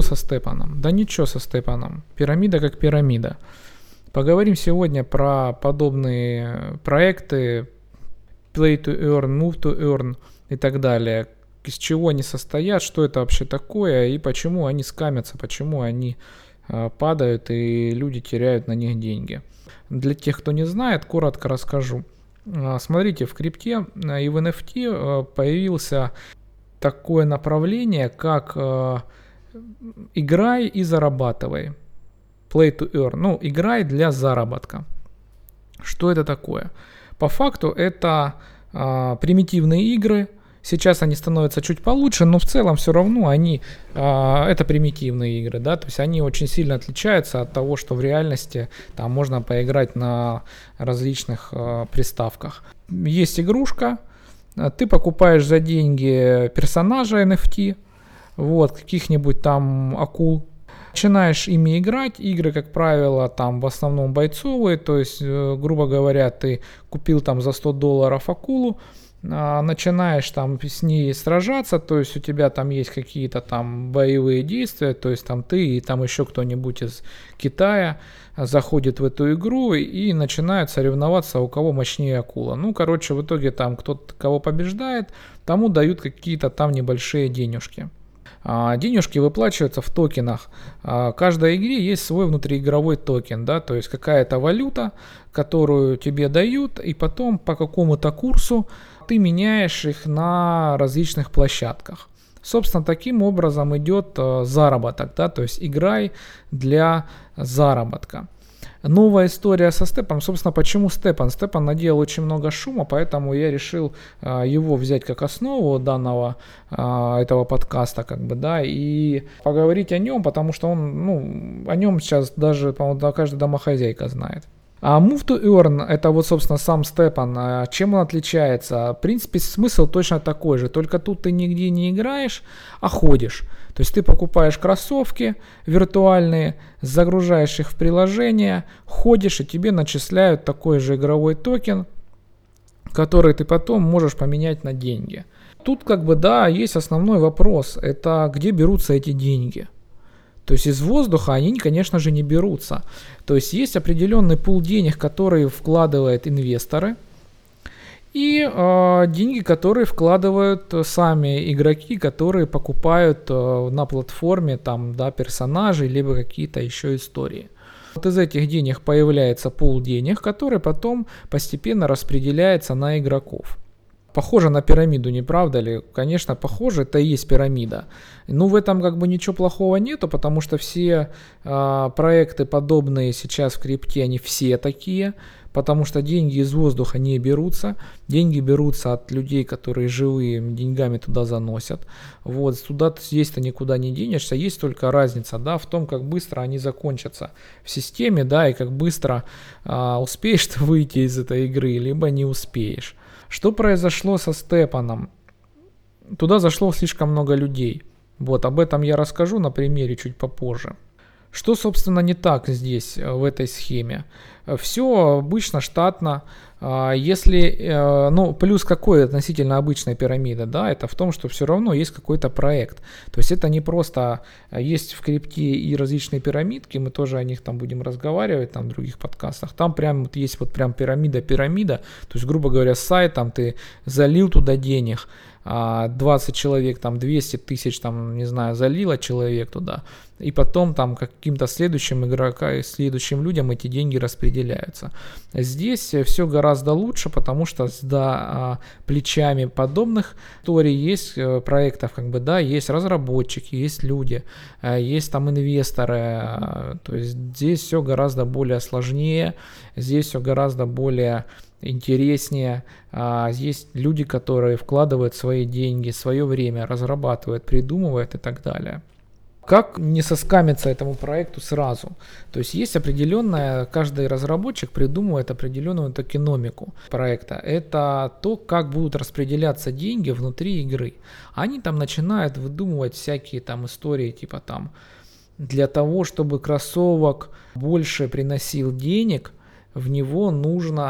Чего со Степаном? Да ничего со Степаном. Пирамида как пирамида. Поговорим сегодня про подобные проекты Play to Earn, Move to Earn и так далее. Из чего они состоят, что это вообще такое и почему они скамятся, почему они падают и люди теряют на них деньги. Для тех, кто не знает, коротко расскажу. Смотрите, в крипте и в NFT появился такое направление, как играй и зарабатывай. Play to earn. Ну, играй для заработка. Что это такое? По факту это примитивные игры. Сейчас они становятся чуть получше, но в целом все равно они это примитивные игры, да, то есть они очень сильно отличаются от того, что в реальности там можно поиграть на различных приставках. Есть игрушка, ты покупаешь за деньги персонажа NFT, вот, каких-нибудь там акул, начинаешь ими играть. Игры, как правило, там в основном бойцовые, то есть, грубо говоря, ты купил там за $100 акулу, начинаешь там с ней сражаться, то есть у тебя там есть какие-то там боевые действия, то есть там ты и там еще кто-нибудь из Китая заходит в эту игру и начинают соревноваться, у кого мощнее акула. Ну, короче, в итоге там кто-то кого побеждает, тому дают какие-то там небольшие денежки. Денежки выплачиваются в токенах. Каждой игре есть свой внутриигровой токен, да, то есть какая-то валюта, которую тебе дают, и потом по какому-то курсу ты меняешь их на различных площадках. Собственно, таким образом идет заработок, да, то есть играй для заработка. Новая история со Степом. Собственно, почему Степан? Степан наделал очень много шума, поэтому я решил его взять как основу данного этого подкаста, как бы, да, и поговорить о нем, потому что он, ну, о нем сейчас даже, по-моему, каждая домохозяйка знает. А Move to Earn, это вот, собственно, сам Степан. Чем он отличается? В принципе, смысл точно такой же, только тут ты нигде не играешь, а ходишь. То есть ты покупаешь кроссовки виртуальные, загружаешь их в приложение, ходишь, и тебе начисляют такой же игровой токен, который ты потом можешь поменять на деньги. Тут, как бы, да, есть основной вопрос, это где берутся эти деньги. То есть из воздуха они, конечно же, не берутся. То есть есть определенный пул денег, которые вкладывают инвесторы, и деньги, которые вкладывают сами игроки, которые покупают на платформе там, да, персонажей, либо какие-то еще истории. Вот из этих денег появляется пул денег, который потом постепенно распределяется на игроков. Похоже на пирамиду, не правда ли? Конечно, похоже, это и есть пирамида. Ну, в этом как бы ничего плохого нету, потому что все проекты подобные сейчас в крипте, они все такие, потому что деньги из воздуха не берутся, деньги берутся от людей, которые живые деньгами туда заносят. Вот, туда здесь-то никуда не денешься, есть только разница, да, в том, как быстро они закончатся в системе, да, и как быстро успеешь ты выйти из этой игры, либо не успеешь. Что произошло со Степаном? Туда зашло слишком много людей. Вот, об этом я расскажу на примере чуть попозже. Что, собственно, не так здесь, в этой схеме? Все обычно, штатно. Если, ну, плюс какой относительно обычной пирамиды, да, это в том, что все равно есть какой-то проект. То есть это не просто есть в крипте и различные пирамидки, мы тоже о них там будем разговаривать там в других подкастах. Там прям вот есть вот прям пирамида, то есть, грубо говоря, сайт, там ты залил туда денег, 20 человек, там 200 тысяч, там, не знаю, залило человек туда, и потом там каким-то следующим игрокам, следующим людям эти деньги распределяются. Здесь все гораздо лучше, потому что за плечами подобных историй есть проектов, как бы, да, есть разработчики, есть люди, есть там инвесторы, то есть здесь все гораздо более сложнее, здесь все гораздо более интереснее. Есть люди, которые вкладывают свои деньги, свое время, разрабатывают, придумывают и так далее. Как не соскамиться этому проекту сразу? То есть есть определенная, каждый разработчик придумывает определенную токеномику проекта. Это то, как будут распределяться деньги внутри игры. Они там начинают выдумывать всякие там истории, типа там для того, чтобы кроссовок больше приносил денег, в него нужно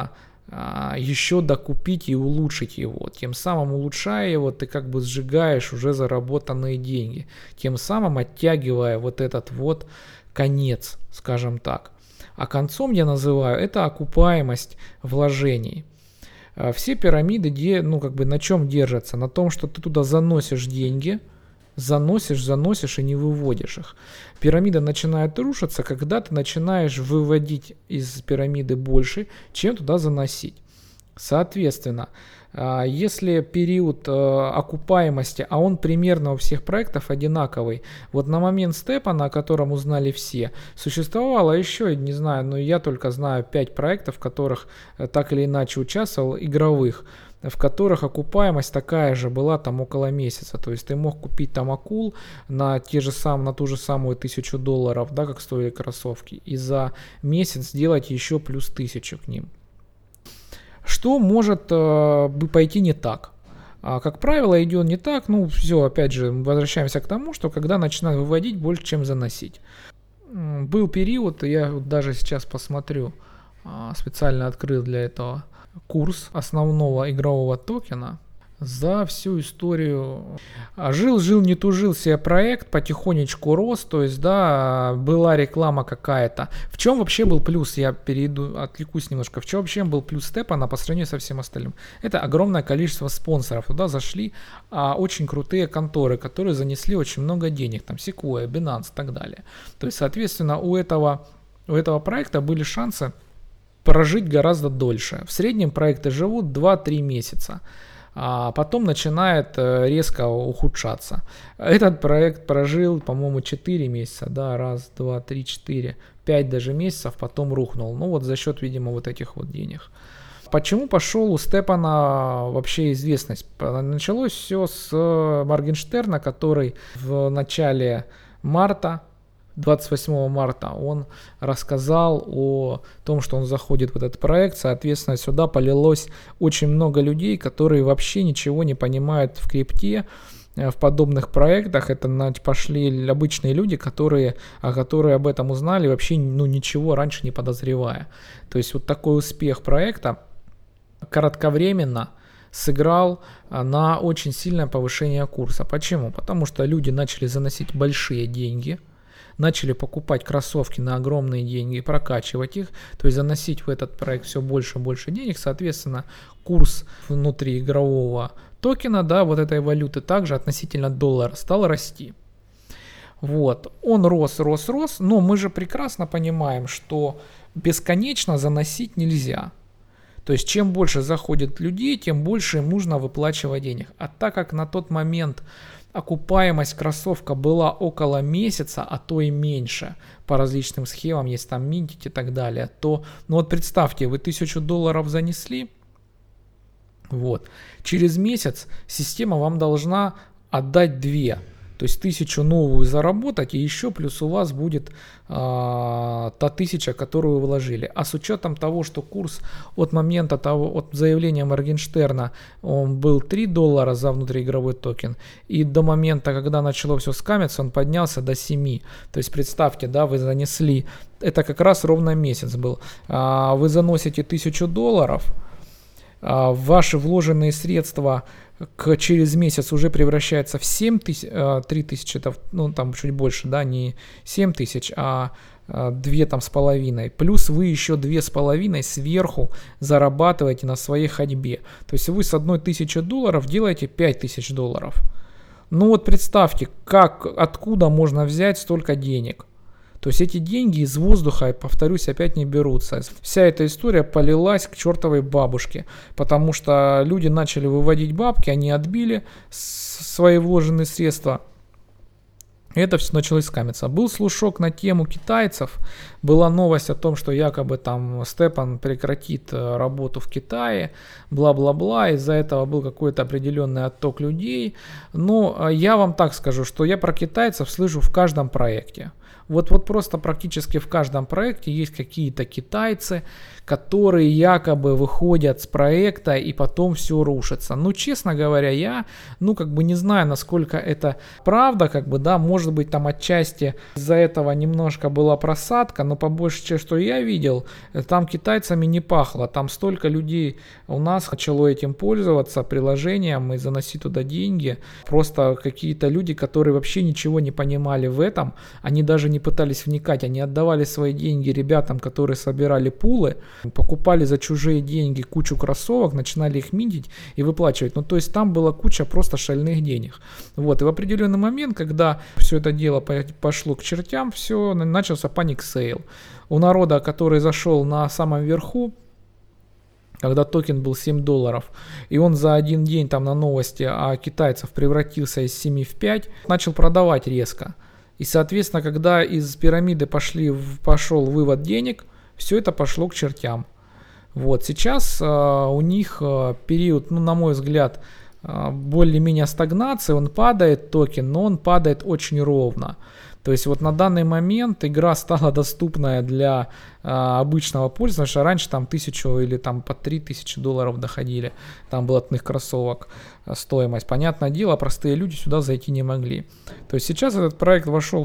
еще докупить и улучшить его. Тем самым, улучшая его, ты как бы сжигаешь уже заработанные деньги, тем самым оттягивая вот этот вот конец, скажем так. А концом я называю это окупаемость вложений. Все пирамиды, на чем держатся? На том, что ты туда заносишь деньги, заносишь и не выводишь их. Пирамида начинает рушиться, когда ты начинаешь выводить из пирамиды больше, чем туда заносить. Соответственно, если период окупаемости, а он примерно у всех проектов одинаковый, вот на момент Степана, о котором узнали все, существовало еще, не знаю, я только знаю 5 проектов, в которых так или иначе участвовал, игровых, в которых окупаемость такая же была там около месяца. То есть ты мог купить там акул на ту же самую $1000, да, как стоили кроссовки, и за месяц сделать еще плюс 1000 к ним. Что может пойти не так? Как правило, идет не так. Все, опять же, возвращаемся к тому, что когда начинают выводить больше, чем заносить. Был период, я даже сейчас посмотрю, специально открыл для этого курс основного игрового токена за всю историю. Жил, не тужил себе проект, потихонечку рос, то есть, да, была реклама какая-то. В чем вообще был плюс? Я отвлекусь немножко. В чем вообще был плюс Степана по сравнению со всем остальным? Это огромное количество спонсоров. Туда зашли очень крутые конторы, которые занесли очень много денег. Там Sequoia, Binance и так далее. То есть, соответственно, у этого проекта были шансы прожить гораздо дольше. В среднем проекты живут 2-3 месяца. А потом начинает резко ухудшаться. Этот проект прожил, по-моему, 4 месяца, да, 1, 2, 3, 4, 5 даже месяцев, потом рухнул. За счет, видимо, вот этих вот денег. Почему пошел у Степана вообще известность? Началось все с Моргенштерна, который в начале марта, 28 марта, он рассказал о том, что он заходит в этот проект. Соответственно, сюда полилось очень много людей, которые вообще ничего не понимают в крипте, в подобных проектах. Это пошли обычные люди, которые об этом узнали, вообще ничего раньше не подозревая. То есть вот такой успех проекта кратковременно сыграл на очень сильное повышение курса. Почему? Потому что люди начали заносить большие деньги, начали покупать кроссовки на огромные деньги и прокачивать их, то есть заносить в этот проект все больше и больше денег. Соответственно, курс внутриигрового токена, да, вот этой валюты также относительно доллара стал расти. Вот, он рос, но мы же прекрасно понимаем, что бесконечно заносить нельзя. То есть чем больше заходит людей, тем больше им нужно выплачивать денег. А так как на тот момент окупаемость кроссовка была около месяца, а то и меньше, по различным схемам, есть там минтить и так далее, то, вот представьте, вы $1000 занесли, вот, через месяц система вам должна отдать 2. То есть 1000 новую заработать, и еще плюс у вас будет та 1000, которую вы вложили. А с учетом того, что курс от заявления Моргенштерна он был $3 за внутриигровой токен, и до момента, когда начало все скамиться, он поднялся до 7. То есть представьте, да, вы занесли, это как раз ровно месяц был, вы заносите $1000, ваши вложенные средства через месяц уже превращается в 3000, там чуть больше, да, не 7000, а 2,5. Плюс вы еще 2,5 сверху зарабатываете на своей ходьбе. То есть вы с $1000 делаете $5000. Вот представьте, откуда можно взять столько денег. То есть эти деньги из воздуха, я повторюсь, опять не берутся. Вся эта история полилась к чертовой бабушке, потому что люди начали выводить бабки, они отбили свои вложенные средства. И это все началось скамиться. Был слушок на тему китайцев, была новость о том, что якобы там Степан прекратит работу в Китае, бла-бла-бла, из-за этого был какой-то определенный отток людей. Но я вам так скажу, что я про китайцев слышу в каждом проекте. Вот просто практически в каждом проекте есть какие-то китайцы, которые якобы выходят с проекта и потом все рушится. Ну, честно говоря, я, не знаю, насколько это правда, может быть, там отчасти из-за этого немножко была просадка, но по большей части, что я видел, там китайцами не пахло, там столько людей у нас начало этим пользоваться, приложением, и заносить туда деньги, просто какие-то люди, которые вообще ничего не понимали в этом, они даже не пытались вникать, они отдавали свои деньги ребятам, которые собирали пулы, покупали за чужие деньги кучу кроссовок, начинали их минтить и выплачивать. То есть там была куча просто шальных денег. И в определенный момент, когда все это дело пошло к чертям, все, начался паник сейл. У народа, который зашел на самом верху, когда токен был $7, и он за один день там на новости о китайцев превратился из 7 в 5, начал продавать резко. И, соответственно, когда из пирамиды пошел вывод денег, все это пошло к чертям. Сейчас у них период, на мой взгляд, более-менее стагнации, он падает токен, но он падает очень ровно. То есть на данный момент игра стала доступная для обычного пользователя, что раньше там 1000 или там по $3000 доходили, там блатных кроссовок стоимость. Понятное дело, простые люди сюда зайти не могли. То есть сейчас этот проект вошел в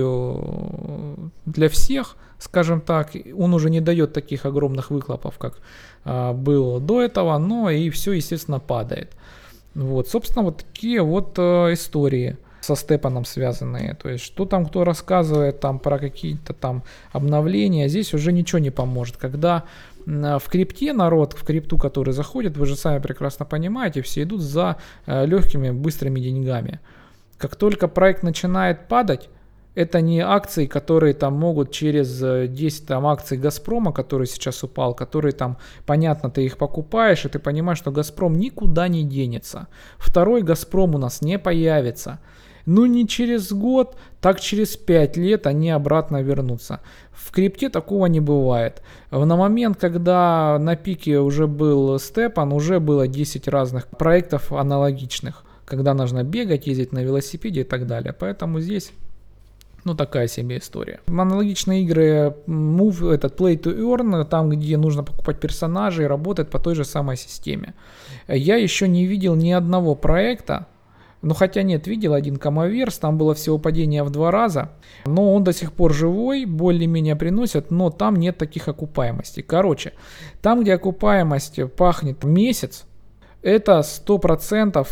стадию для всех, скажем так, он уже не дает таких огромных выхлопов, как было до этого, но и все, естественно, падает. Собственно, такие истории со Степаном связанные. То есть, что там кто рассказывает там про какие-то там обновления, здесь уже ничего не поможет. Когда в крипте народ, в крипту, который заходит, вы же сами прекрасно понимаете, все идут за легкими, быстрыми деньгами. Как только проект начинает падать, это не акции, которые там могут через 10 там, акций Газпрома, который сейчас упал, которые там, понятно, ты их покупаешь, и ты понимаешь, что Газпром никуда не денется. Второй Газпром у нас не появится. Не через год, так через 5 лет они обратно вернутся. В крипте такого не бывает. На момент, когда на пике уже был Степан, уже было 10 разных проектов аналогичных, когда нужно бегать, ездить на велосипеде и так далее. Поэтому здесь такая себе история. Аналогичные игры Play to Earn, там, где нужно покупать персонажей, работает по той же самой системе. Я еще не видел ни одного проекта, хотя нет, видел один Камаверс, там было всего падение в 2 раза, но он до сих пор живой, более-менее приносит, но там нет таких окупаемостей. Короче, там, где окупаемость пахнет месяц, это 100%,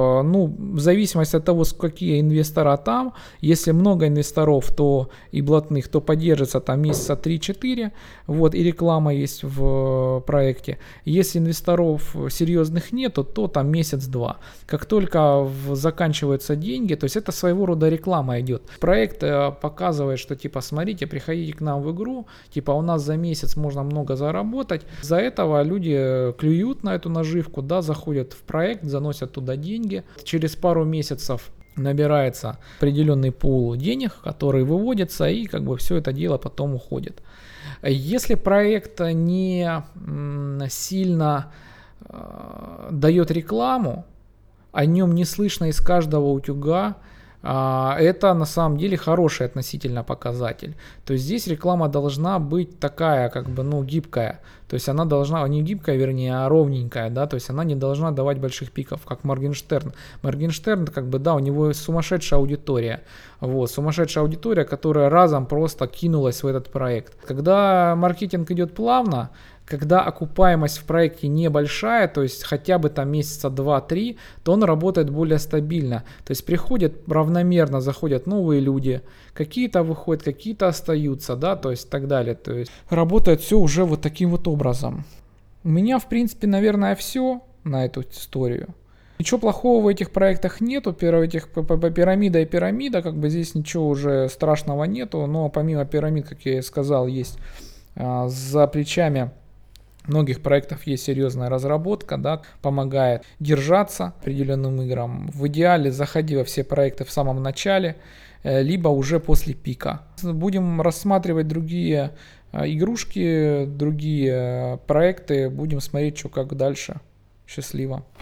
в зависимости от того, какие инвестора там. Если много инвесторов, то и блатных, то поддержится там месяца 3-4, и реклама есть в проекте. Если инвесторов серьезных нету, то там месяц-два. Как только заканчиваются деньги, то есть это своего рода реклама идет. Проект показывает, что смотрите, приходите к нам в игру, у нас за месяц можно много заработать. Из-за этого люди клюют на эту наживку, заходят в проект, заносят туда деньги. Через пару месяцев набирается определенный пул денег, который выводится, и все это дело потом уходит. Если проект не сильно дает рекламу, о нем не слышно из каждого утюга, это на самом деле хороший относительно показатель. То есть здесь реклама должна быть такая, гибкая. То есть она должна, не гибкая, вернее, а ровненькая, то есть она не должна давать больших пиков, как Моргенштерн. Моргенштерн, у него сумасшедшая аудитория. Сумасшедшая аудитория, которая разом просто кинулась в этот проект. Когда маркетинг идет плавно, когда окупаемость в проекте небольшая, то есть хотя бы там месяца 2-3, то он работает более стабильно. То есть равномерно заходят новые люди, какие-то выходят, какие-то остаются, то есть так далее. То есть работает все уже таким образом. У меня, в принципе, наверное, все на эту историю. Ничего плохого в этих проектах нету, пирамида и пирамида, здесь ничего уже страшного нету, но помимо пирамид, как я и сказал, есть за плечами многих проектов есть серьезная разработка, помогает держаться определенным играм. В идеале заходи во все проекты в самом начале, либо уже после пика. Будем рассматривать другие игрушки, другие проекты, будем смотреть, что как дальше. Счастливо.